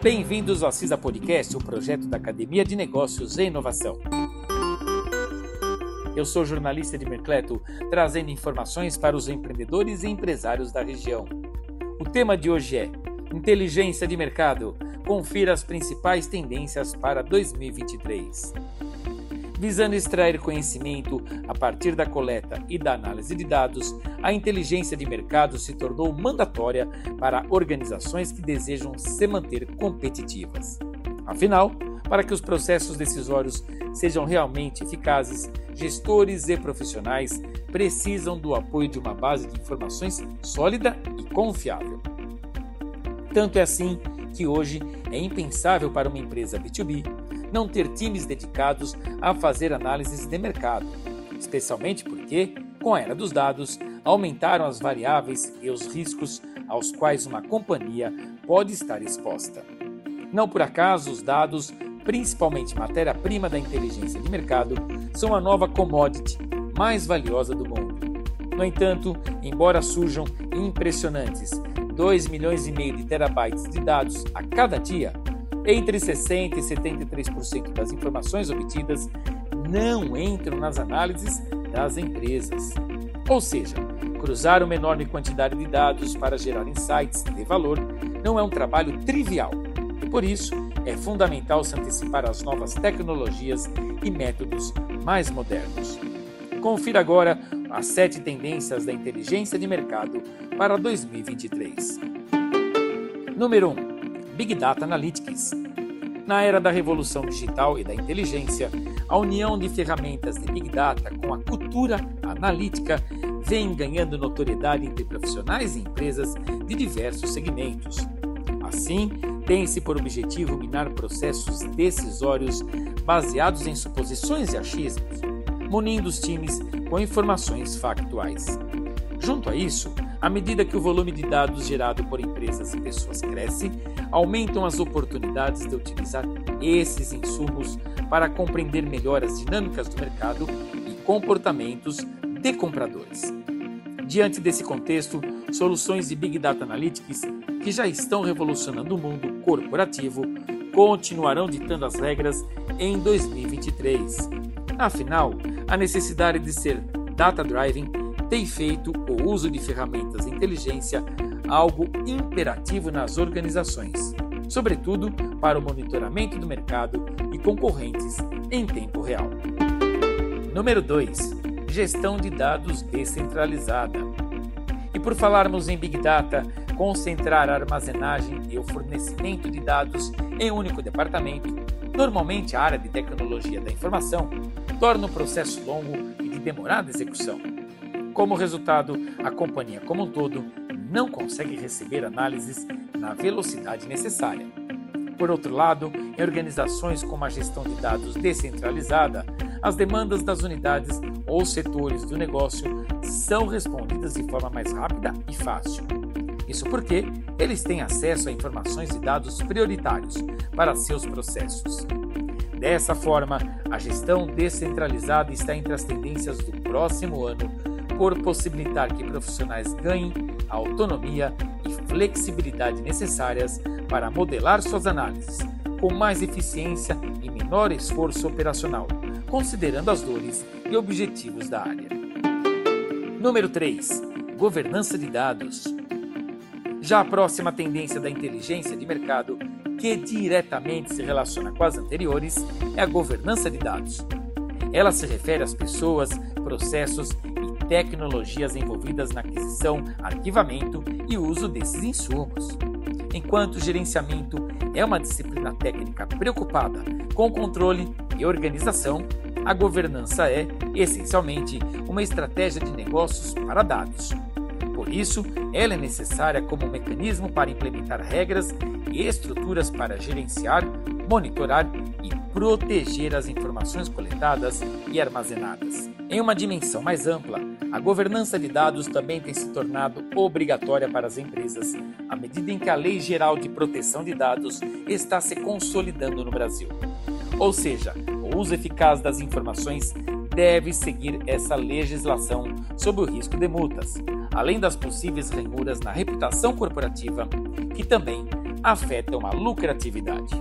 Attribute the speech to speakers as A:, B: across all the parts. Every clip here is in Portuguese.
A: Bem-vindos ao CISA Podcast, o projeto da Academia de Negócios e Inovação. Eu sou jornalista de Mercleto, trazendo informações para os empreendedores e empresários da região. O tema de hoje é Inteligência de Mercado. Confira as principais tendências para 2023. Visando extrair conhecimento a partir da coleta e da análise de dados, a inteligência de mercado se tornou mandatória para organizações que desejam se manter competitivas. Afinal, para que os processos decisórios sejam realmente eficazes, gestores e profissionais precisam do apoio de uma base de informações sólida e confiável. Tanto é assim que hoje é impensável para uma empresa B2B não ter times dedicados a fazer análises de mercado, especialmente porque, com a era dos dados, aumentaram as variáveis e os riscos aos quais uma companhia pode estar exposta. Não por acaso os dados, principalmente matéria-prima da inteligência de mercado, são a nova commodity mais valiosa do mundo. No entanto, embora surjam impressionantes 2,5 milhões de terabytes de dados a cada dia, entre 60% e 73% das informações obtidas não entram nas análises das empresas. Ou seja, cruzar uma enorme quantidade de dados para gerar insights de valor não é um trabalho trivial e, por isso, é fundamental se antecipar às novas tecnologias e métodos mais modernos. Confira agora as 7 tendências da inteligência de mercado para 2023. Número 1. Big Data Analytics. Na era da revolução digital e da inteligência, a união de ferramentas de Big Data com a cultura analítica vem ganhando notoriedade entre profissionais e empresas de diversos segmentos. Assim, tem-se por objetivo minar processos decisórios baseados em suposições e achismos, munindo os times com informações factuais. Junto a isso, à medida que o volume de dados gerado por empresas e pessoas cresce, aumentam as oportunidades de utilizar esses insumos para compreender melhor as dinâmicas do mercado e comportamentos de compradores. Diante desse contexto, soluções de Big Data Analytics, que já estão revolucionando o mundo corporativo, continuarão ditando as regras em 2023. Afinal, a necessidade de ser data-driven tem feito o uso de ferramentas de inteligência algo imperativo nas organizações, sobretudo para o monitoramento do mercado e concorrentes em tempo real. Número 2. Gestão de dados descentralizada. E por falarmos em Big Data, concentrar a armazenagem e o fornecimento de dados em um único departamento, normalmente a área de tecnologia da informação, torna o processo longo e de demorada execução. Como resultado, a companhia como um todo não consegue receber análises na velocidade necessária. Por outro lado, em organizações com uma gestão de dados descentralizada, as demandas das unidades ou setores do negócio são respondidas de forma mais rápida e fácil. Isso porque eles têm acesso a informações e dados prioritários para seus processos. Dessa forma, a gestão descentralizada está entre as tendências do próximo ano, por possibilitar que profissionais ganhem a autonomia e flexibilidade necessárias para modelar suas análises, com mais eficiência e menor esforço operacional, considerando as dores e objetivos da área. Número 3. Governança de dados. Já a próxima tendência da inteligência de mercado, que diretamente se relaciona com as anteriores, é a governança de dados. Ela se refere às pessoas, processos e tecnologias envolvidas na aquisição, arquivamento e uso desses insumos. Enquanto o gerenciamento é uma disciplina técnica preocupada com controle e organização, a governança é, essencialmente, uma estratégia de negócios para dados. Por isso, ela é necessária como um mecanismo para implementar regras e estruturas para gerenciar, monitorar e proteger as informações coletadas e armazenadas. Em uma dimensão mais ampla, a governança de dados também tem se tornado obrigatória para as empresas, à medida em que a Lei Geral de Proteção de Dados está se consolidando no Brasil. Ou seja, o uso eficaz das informações deve seguir essa legislação sob o risco de multas, além das possíveis ranhuras na reputação corporativa, que também afetam a lucratividade.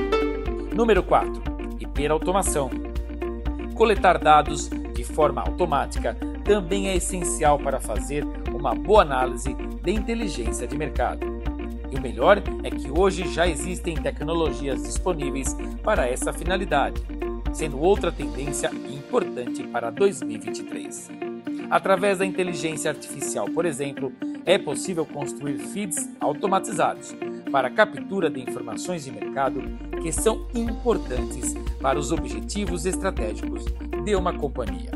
A: Número 4. Hiperautomação. Coletar dados de forma automática também é essencial para fazer uma boa análise de inteligência de mercado. E o melhor é que hoje já existem tecnologias disponíveis para essa finalidade, sendo outra tendência importante para 2023. Através da inteligência artificial, por exemplo, é possível construir feeds automatizados para a captura de informações de mercado que são importantes para os objetivos estratégicos de uma companhia.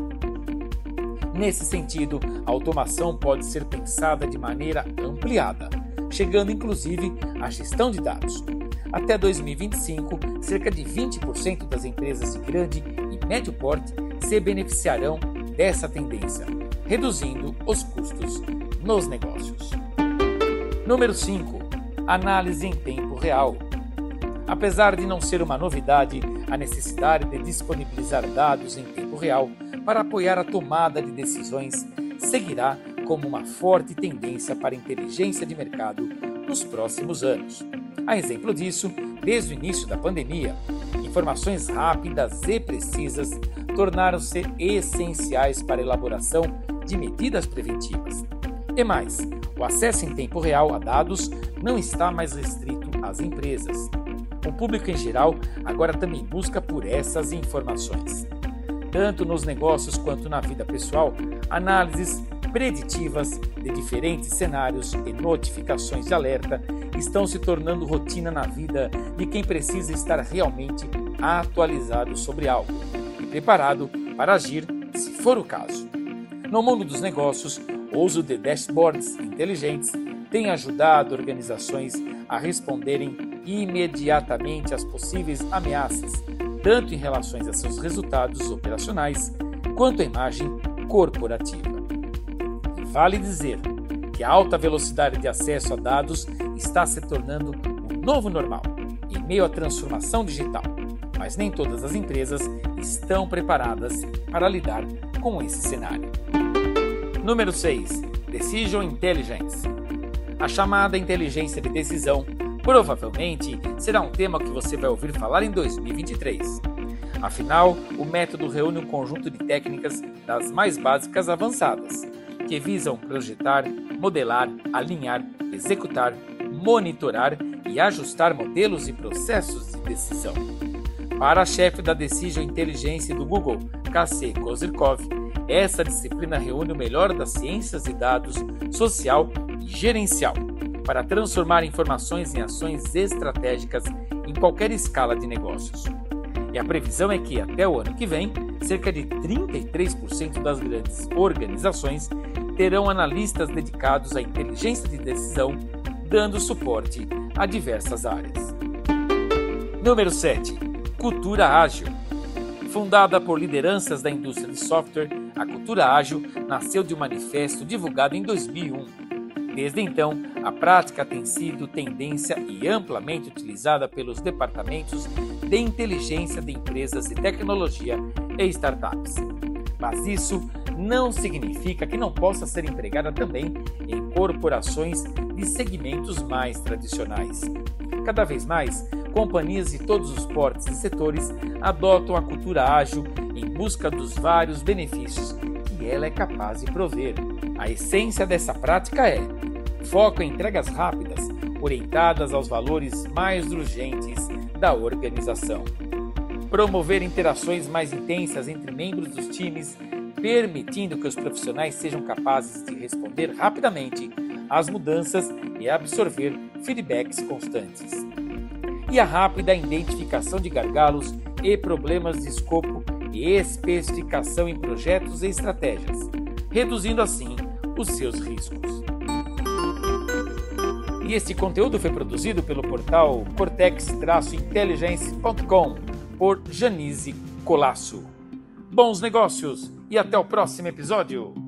A: Nesse sentido, a automação pode ser pensada de maneira ampliada, chegando inclusive à gestão de dados. Até 2025, cerca de 20% das empresas de grande e médio porte se beneficiarão dessa tendência, reduzindo os custos nos negócios. Número 5. Análise em tempo real. Apesar de não ser uma novidade, a necessidade de disponibilizar dados em tempo real para apoiar a tomada de decisões seguirá como uma forte tendência para a inteligência de mercado nos próximos anos. A exemplo disso, desde o início da pandemia, informações rápidas e precisas tornaram-se essenciais para a elaboração de medidas preventivas. E mais, o acesso em tempo real a dados não está mais restrito às empresas. O público em geral agora também busca por essas informações. Tanto nos negócios quanto na vida pessoal, análises preditivas de diferentes cenários e notificações de alerta estão se tornando rotina na vida de quem precisa estar realmente atualizado sobre algo e preparado para agir se for o caso. No mundo dos negócios, o uso de dashboards inteligentes tem ajudado organizações a responderem imediatamente às possíveis ameaças, tanto em relação a seus resultados operacionais quanto à imagem corporativa. E vale dizer que a alta velocidade de acesso a dados está se tornando um novo normal em meio à transformação digital, mas nem todas as empresas estão preparadas para lidar com esse cenário. Número 6. Decision Intelligence. A chamada inteligência de decisão provavelmente será um tema que você vai ouvir falar em 2023. Afinal, o método reúne um conjunto de técnicas das mais básicas a avançadas, que visam projetar, modelar, alinhar, executar, monitorar e ajustar modelos e processos de decisão. Para a chefe da Decision Intelligence do Google, Casey Kozyrkov, essa disciplina reúne o melhor das ciências de dados, social e gerencial, para transformar informações em ações estratégicas em qualquer escala de negócios. E a previsão é que, até o ano que vem, cerca de 33% das grandes organizações terão analistas dedicados à inteligência de decisão, dando suporte a diversas áreas. Número 7. Cultura ágil. Fundada por lideranças da indústria de software, a cultura ágil nasceu de um manifesto divulgado em 2001. Desde então, a prática tem sido tendência e amplamente utilizada pelos departamentos de inteligência de empresas de tecnologia e startups. Mas isso não significa que não possa ser empregada também em corporações de segmentos mais tradicionais. Cada vez mais, companhias de todos os portes e setores adotam a cultura ágil em busca dos vários benefícios que ela é capaz de prover. A essência dessa prática é foco em entregas rápidas, orientadas aos valores mais urgentes da organização. Promover interações mais intensas entre membros dos times, permitindo que os profissionais sejam capazes de responder rapidamente às mudanças e absorver feedbacks constantes. E a rápida identificação de gargalos e problemas de escopo e especificação em projetos e estratégias, reduzindo assim os seus riscos. E este conteúdo foi produzido pelo portal cortex-intelligence.com por Janise Colasso. Bons negócios e até o próximo episódio!